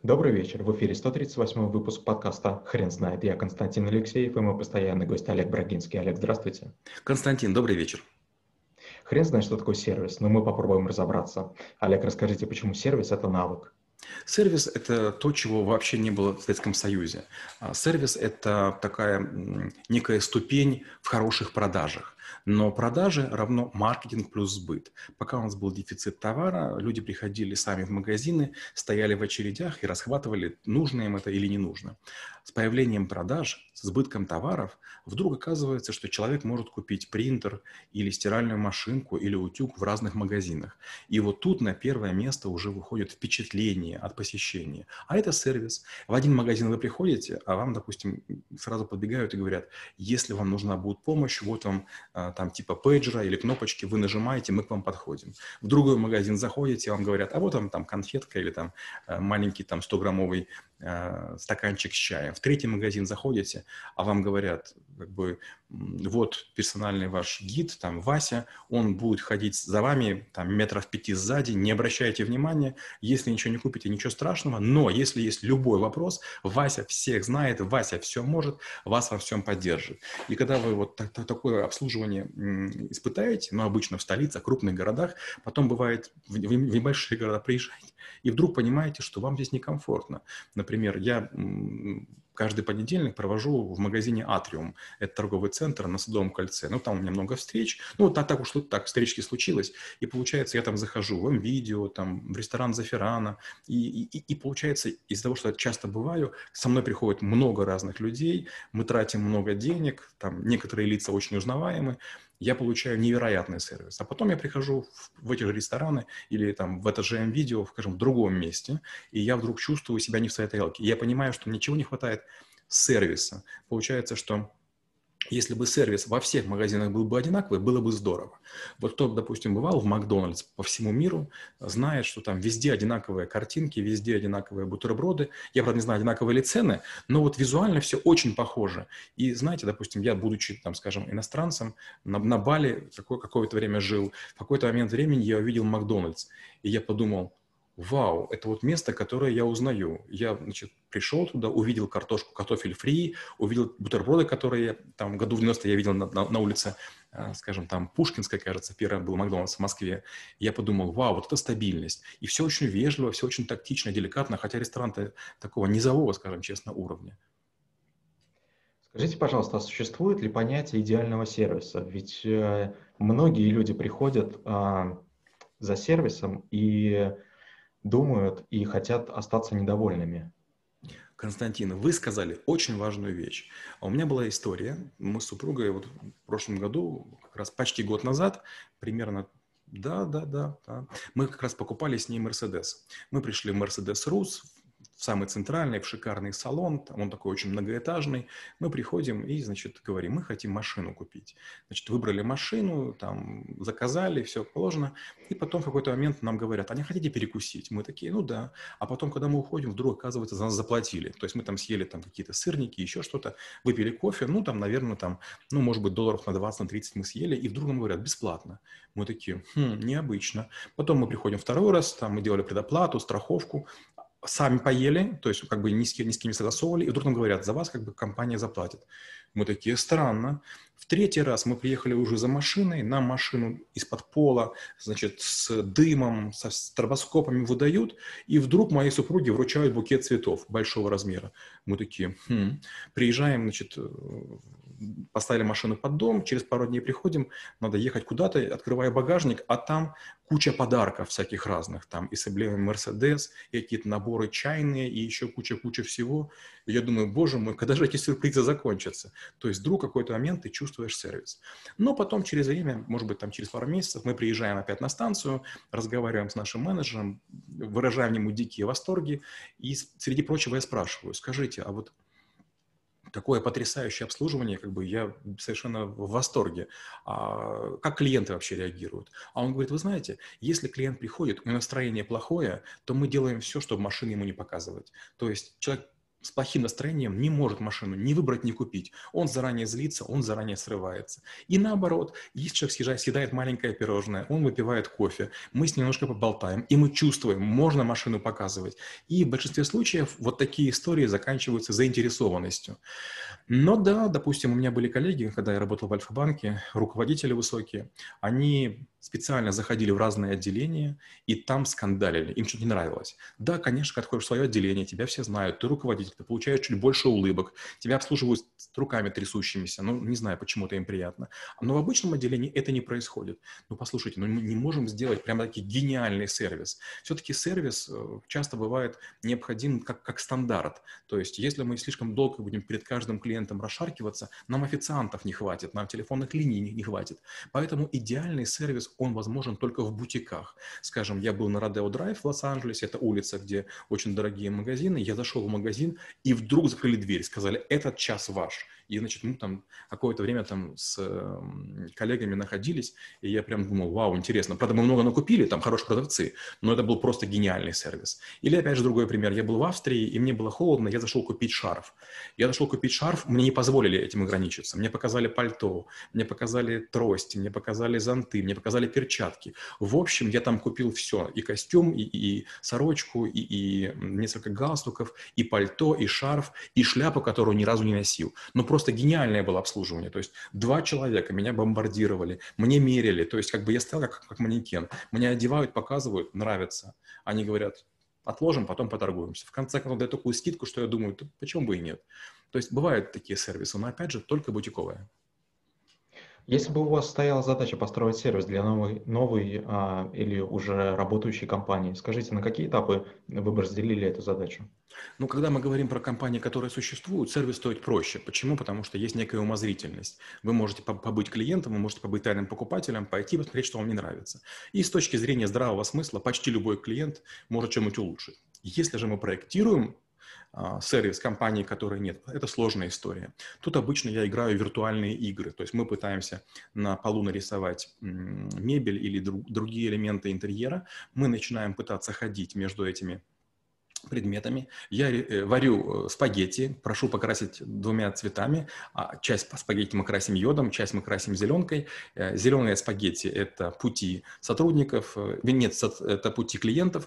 Добрый вечер. В эфире 138 выпуск подкаста «Хрен знает». Я Константин Алексеев и мой постоянный гость Олег Брагинский. Олег, здравствуйте. Константин, добрый вечер. Хрен знает, что такое сервис, но мы попробуем разобраться. Олег, расскажите, почему сервис– это навык? Сервис– это то, чего вообще не было в Советском Союзе. Сервис– это такая некая ступень в хороших продажах. Но продажи равно маркетинг плюс сбыт. Пока у нас был дефицит товара, люди приходили сами в магазины, стояли в очередях и расхватывали, нужно им это или не нужно. С появлением продаж, с избытком товаров, вдруг оказывается, что человек может купить принтер или стиральную машинку или утюг в разных магазинах. И вот тут на первое место уже выходит впечатление от посещения. А это сервис. В один магазин вы приходите, а вам, допустим, сразу подбегают и говорят, если вам нужна будет помощь, вот вам там типа пейджера или кнопочки, вы нажимаете, мы к вам подходим. В другой магазин заходите, вам говорят, а вот там конфетка или там маленький там 100-граммовый стаканчик с чаем. В третий магазин заходите, а вам говорят, как бы, вот персональный ваш гид, там, Вася, он будет ходить за вами, там, метров 5 сзади, не обращайте внимания, если ничего не купите, ничего страшного, но если есть любой вопрос, Вася всех знает, Вася все может, вас во всем поддержит. И когда вы вот такое обслуживание испытаете, ну, обычно в столицах, крупных городах, потом бывает, в небольшие города приезжаете, и вдруг понимаете, что вам здесь некомфортно. Например, я каждый понедельник провожу в магазине «Атриум». Это торговый центр на Садовом кольце. Ну, там у меня много встреч. Ну, так уж так, встречки случилось. И получается, я там захожу в М-видео, там, в ресторан «Заферана». И получается, из-за того, что я часто бываю, со мной приходит много разных людей, мы тратим много денег, там, некоторые лица очень узнаваемы, я получаю невероятный сервис. А потом я прихожу в эти же рестораны или там в это же М-видео, скажем, в другом месте, и я вдруг чувствую себя не в своей тарелке. И я понимаю, что ничего не хватает сервиса. Получается, что если бы сервис во всех магазинах был бы одинаковый, было бы здорово. Вот кто, допустим, бывал в Макдональдс по всему миру, знает, что там везде одинаковые картинки, везде одинаковые бутерброды. Я, правда, не знаю, одинаковые ли цены, но вот визуально все очень похоже. И знаете, допустим, я, будучи, там, скажем, иностранцем, на Бали какое-то время жил, в какой-то момент времени я увидел Макдональдс, и я подумал, вау, это вот место, которое я узнаю. Я, значит, пришел туда, увидел картошку, картофель фри, увидел бутерброды, которые я, там году в 90 я видел на улице, скажем, там Пушкинская, кажется, первый был Макдональдс в Москве. И я подумал, вау, вот это стабильность. И все очень вежливо, все очень тактично, деликатно, хотя ресторан-то такого низового, скажем честно, уровня. Скажите, пожалуйста, а существует ли понятие идеального сервиса? Ведь многие люди приходят за сервисом и думают и хотят остаться недовольными. Константин, вы сказали очень важную вещь. А у меня была история. Мы с супругой вот в прошлом году, как раз почти год назад, примерно, да, мы как раз покупали с ней Мерседес. Мы пришли в Мерседес Рус, в самый центральный, в шикарный салон, там он такой очень многоэтажный. Мы приходим и, значит, говорим, мы хотим машину купить. Значит, выбрали машину, там, заказали, все положено. И потом в какой-то момент нам говорят, а не хотите перекусить? Мы такие, ну да. А потом, когда мы уходим, вдруг, оказывается, за нас заплатили. То есть мы там съели там какие-то сырники, еще что-то, выпили кофе, ну там, наверное, там, ну, может быть, долларов на 20, на 30 мы съели, и вдруг нам говорят, бесплатно. Мы такие, необычно. Потом мы приходим второй раз, там мы делали предоплату, страховку, сами поели, то есть как бы ни с кем не согласовывали, и вдруг нам говорят, за вас как бы компания заплатит. Мы такие, странно. В третий раз мы приехали уже за машиной, нам машину из-под пола, значит, с дымом, со стробоскопами выдают, и вдруг моей супруге вручают букет цветов большого размера. Мы такие, приезжаем, значит, поставили машину под дом, через пару дней приходим, надо ехать куда-то, открываю багажник, а там куча подарков всяких разных, там и с эмблемой Мерседес, и какие-то наборы чайные, и еще куча-куча всего. И я думаю, боже мой, когда же эти сюрпризы закончатся? То есть вдруг в какой-то момент ты чувствуешь сервис. Но потом через время, может быть, там через пару месяцев, мы приезжаем опять на станцию, разговариваем с нашим менеджером, выражаем ему дикие восторги, и среди прочего я спрашиваю, скажите, а вот такое потрясающее обслуживание, как бы я совершенно в восторге. Как клиенты вообще реагируют? А он говорит, вы знаете, если клиент приходит, у него настроение плохое, то мы делаем все, чтобы машины ему не показывать. То есть человек с плохим настроением не может машину ни выбрать, ни купить. Он заранее злится, он заранее срывается. И наоборот, если человек съедает маленькое пирожное, он выпивает кофе, мы с ним немножко поболтаем, и мы чувствуем, можно машину показывать. И в большинстве случаев вот такие истории заканчиваются заинтересованностью. Но да, допустим, у меня были коллеги, когда я работал в Альфа-банке, руководители высокие, они специально заходили в разные отделения и там скандалили, им что-то не нравилось. Да, конечно, когда ходишь в свое отделение, тебя все знают, ты руководитель, ты получаешь чуть больше улыбок, тебя обслуживают с руками трясущимися, ну, не знаю, почему это им приятно. Но в обычном отделении это не происходит. Ну, послушайте, ну, мы не можем сделать прямо таки гениальный сервис. Все-таки сервис часто бывает необходим как стандарт. То есть, если мы слишком долго будем перед каждым клиентом расшаркиваться, нам официантов не хватит, нам телефонных линий не хватит. Поэтому идеальный сервис, он возможен только в бутиках. Скажем, я был на Родео Драйв в Лос-Анджелесе, это улица, где очень дорогие магазины. Я зашел в магазин, и вдруг закрыли дверь, сказали, этот час ваш. И, значит, мы там какое-то время там с коллегами находились, и я прям думал, вау, интересно. Правда, мы много накупили, там хорошие продавцы, но это был просто гениальный сервис. Или, опять же, другой пример. Я был в Австрии, и мне было холодно, я зашел купить шарф. Мне не позволили этим ограничиться. Мне показали пальто, мне показали трости, мне показали зонты, мне показали перчатки. В общем, я там купил все. И костюм, и сорочку, и несколько галстуков, и пальто, и шарф, и шляпу, которую ни разу не носил. Но просто гениальное было обслуживание. То есть 2 человека меня бомбардировали, мне мерили. То есть как бы я стоял как манекен. Меня одевают, показывают, нравится. Они говорят, отложим, потом поторгуемся. В конце концов, дают такую скидку, что я думаю, почему бы и нет. То есть бывают такие сервисы, но опять же, только бутиковые. Если бы у вас стояла задача построить сервис для новой или уже работающей компании, скажите, на какие этапы вы бы разделили эту задачу? Ну, когда мы говорим про компании, которые существуют, сервис стоит проще. Почему? Потому что есть некая умозрительность. Вы можете побыть клиентом, вы можете побыть тайным покупателем, пойти посмотреть, что вам не нравится. И с точки зрения здравого смысла, почти любой клиент может что-нибудь улучшить. Если же мы проектируем сервис компании, которой нет, это сложная история. Тут обычно я играю в виртуальные игры, то есть мы пытаемся на полу нарисовать мебель или другие элементы интерьера, мы начинаем пытаться ходить между этими предметами. Я варю спагетти, прошу покрасить 2 цветами. Часть спагетти мы красим йодом, часть мы красим зеленкой. Зеленые спагетти – это пути сотрудников, нет, это пути клиентов.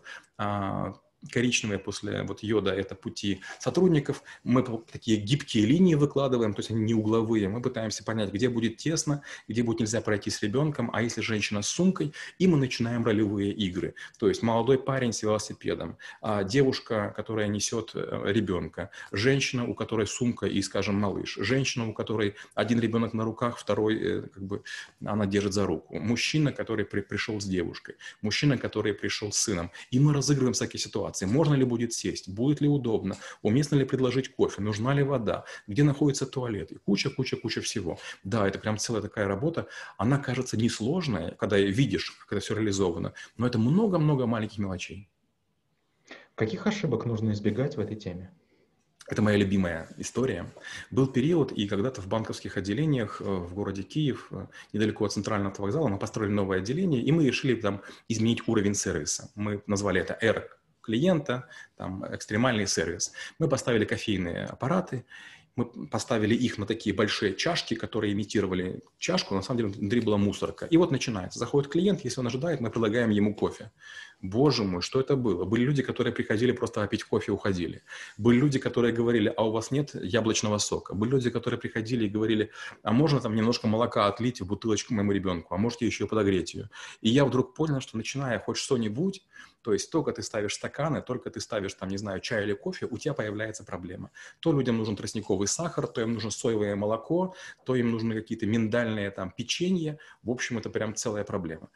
Коричневые после вот йода – это пути сотрудников. Мы такие гибкие линии выкладываем, то есть они не угловые. Мы пытаемся понять, где будет тесно, где будет нельзя пройти с ребенком, а если женщина с сумкой, и мы начинаем ролевые игры. То есть молодой парень с велосипедом, девушка, которая несет ребенка, женщина, у которой сумка и, скажем, малыш, женщина, у которой один ребенок на руках, второй, как бы, она держит за руку, мужчина, который пришел с девушкой, мужчина, который пришел с сыном. И мы разыгрываем всякие ситуации. Можно ли будет сесть, будет ли удобно, уместно ли предложить кофе, нужна ли вода, где находится туалет, и куча всего. Да, это прям целая такая работа. Она кажется несложная, когда видишь, как это все реализовано, но это много-много маленьких мелочей. Каких ошибок нужно избегать в этой теме? Это моя любимая история. Был период, и когда-то в банковских отделениях в городе Киев, недалеко от центрального вокзала, мы построили новое отделение, и мы решили там изменить уровень сервиса. Мы назвали это «Эра клиента», там, экстремальный сервис. Мы поставили кофейные аппараты, мы поставили их на такие большие чашки, которые имитировали чашку, на самом деле внутри была мусорка. И вот начинается. Заходит клиент, если он ожидает, мы предлагаем ему кофе. Боже мой, что это было? Были люди, которые приходили просто попить кофе и уходили. Были люди, которые говорили, а у вас нет яблочного сока? Были люди, которые приходили и говорили, а можно там немножко молока отлить в бутылочку моему ребенку, а можете еще подогреть ее? И я вдруг понял, что начиная хоть что-нибудь, то есть только ты ставишь стаканы, только ты ставишь там, не знаю, чай или кофе, у тебя появляется проблема. То людям нужен тростниковый сахар, то им нужно соевое молоко, то им нужны какие-то миндальные там печенья. В общем, это прям целая проблема.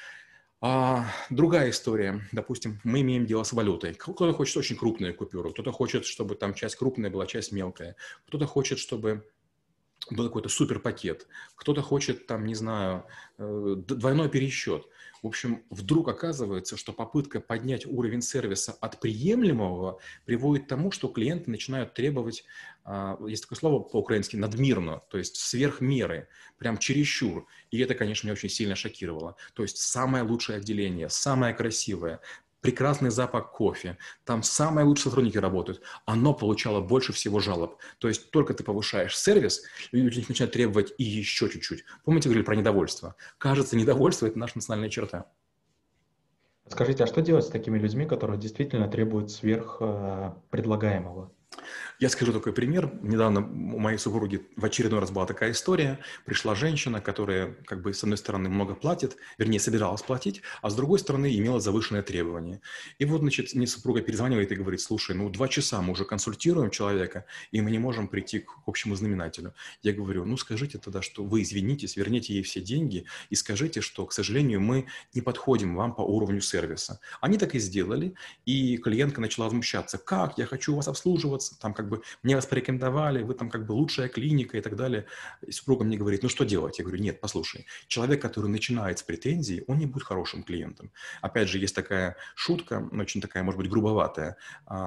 Другая история. Допустим, мы имеем дело с валютой. Кто-то хочет очень крупные купюры, кто-то хочет, чтобы там часть крупная была, часть мелкая. Кто-то хочет, чтобы был какой-то суперпакет. Кто-то хочет, там, не знаю, двойной пересчет. В общем, вдруг оказывается, что попытка поднять уровень сервиса от приемлемого приводит к тому, что клиенты начинают требовать, есть такое слово по-украински, надмирно, то есть сверх меры, прям чересчур. И это, конечно, меня очень сильно шокировало. То есть самое лучшее отделение, самое красивое, прекрасный запах кофе, там самые лучшие сотрудники работают, оно получало больше всего жалоб. То есть только ты повышаешь сервис, люди начинают требовать и еще чуть-чуть. Помните, говорили про недовольство? Кажется, недовольство – это наша национальная черта. Скажите, а что делать с такими людьми, которые действительно требуют сверх предлагаемого? Я скажу такой пример. Недавно у моей супруги в очередной раз была такая история. Пришла женщина, которая, как бы, с одной стороны, много платит, вернее, собиралась платить, а с другой стороны, имела завышенные требования. И вот, значит, мне супруга перезванивает и говорит: слушай, ну 2 часа мы уже консультируем человека, и мы не можем прийти к общему знаменателю. Я говорю: ну скажите тогда, что вы извинитесь, верните ей все деньги и скажите, что, к сожалению, мы не подходим вам по уровню сервиса. Они так и сделали, и клиентка начала возмущаться: как, я хочу у вас обслуживаться, там как бы мне вас порекомендовали, вы там как бы лучшая клиника и так далее. И супруга мне говорит: ну что делать? Я говорю: нет, послушай, человек, который начинает с претензий, он не будет хорошим клиентом. Опять же, есть такая шутка, очень такая, может быть, грубоватая.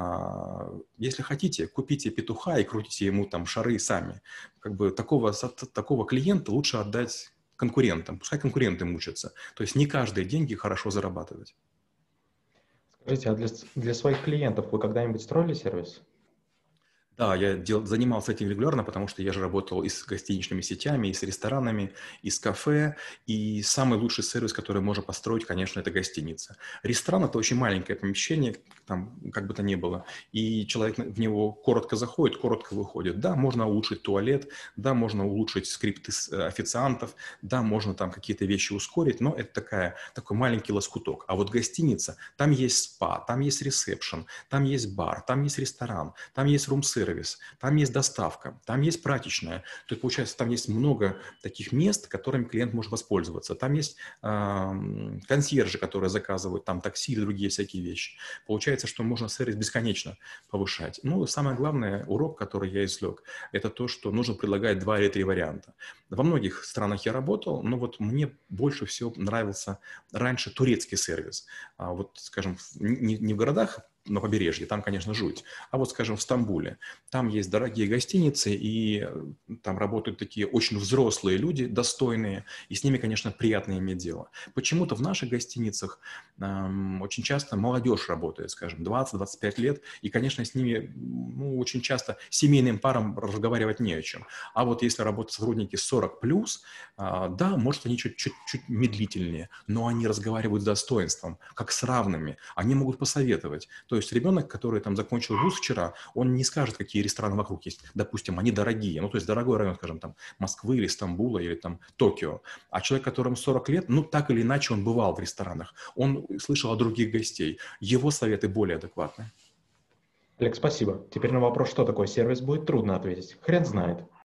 Если хотите, купите петуха и крутите ему там шары сами. Как бы такого клиента лучше отдать конкурентам, пускай конкуренты мучатся. То есть не каждые деньги хорошо зарабатывать. Скажите, а для своих клиентов вы когда-нибудь строили сервис? Да, я занимался этим регулярно, потому что я же работал и с гостиничными сетями, и с ресторанами, и с кафе. И самый лучший сервис, который можно построить, конечно, это гостиница. Ресторан – это очень маленькое помещение, там как бы то ни было. И человек в него коротко заходит, коротко выходит. Да, можно улучшить туалет, да, можно улучшить скрипты официантов, да, можно там какие-то вещи ускорить, но это такой маленький лоскуток. А вот гостиница, там есть спа, там есть ресепшн, там есть бар, там есть ресторан, там есть рум-сервис, там есть доставка, там есть прачечная. То есть, получается, там есть много таких мест, которыми клиент может воспользоваться. Там есть консьержи, которые заказывают там такси или другие всякие вещи. Получается, что можно сервис бесконечно повышать. Ну, самое главное, урок, который я извлек, это то, что нужно предлагать 2 или 3 варианта. Во многих странах я работал, но вот мне больше всего нравился раньше турецкий сервис. Вот, скажем, не в городах на побережье, там, конечно, жуть. А вот, скажем, в Стамбуле, там есть дорогие гостиницы, и там работают такие очень взрослые люди, достойные, и с ними, конечно, приятно иметь дело. Почему-то в наших гостиницах очень часто молодежь работает, скажем, 20-25 лет, и, конечно, с ними очень часто семейным парам разговаривать не о чем. А вот если работают сотрудники 40+, да, может, они чуть-чуть медлительнее, но они разговаривают с достоинством, как с равными, они могут посоветовать. То есть ребенок, который там закончил вуз вчера, он не скажет, какие рестораны вокруг есть. Допустим, они дорогие. Ну, то есть дорогой район, скажем, там Москвы или Стамбула или там Токио. А человек, которому 40 лет, ну, так или иначе он бывал в ресторанах. Он слышал о других гостей. Его советы более адекватны. Олег, спасибо. Теперь на вопрос, что такое сервис, будет трудно ответить. Хрен знает.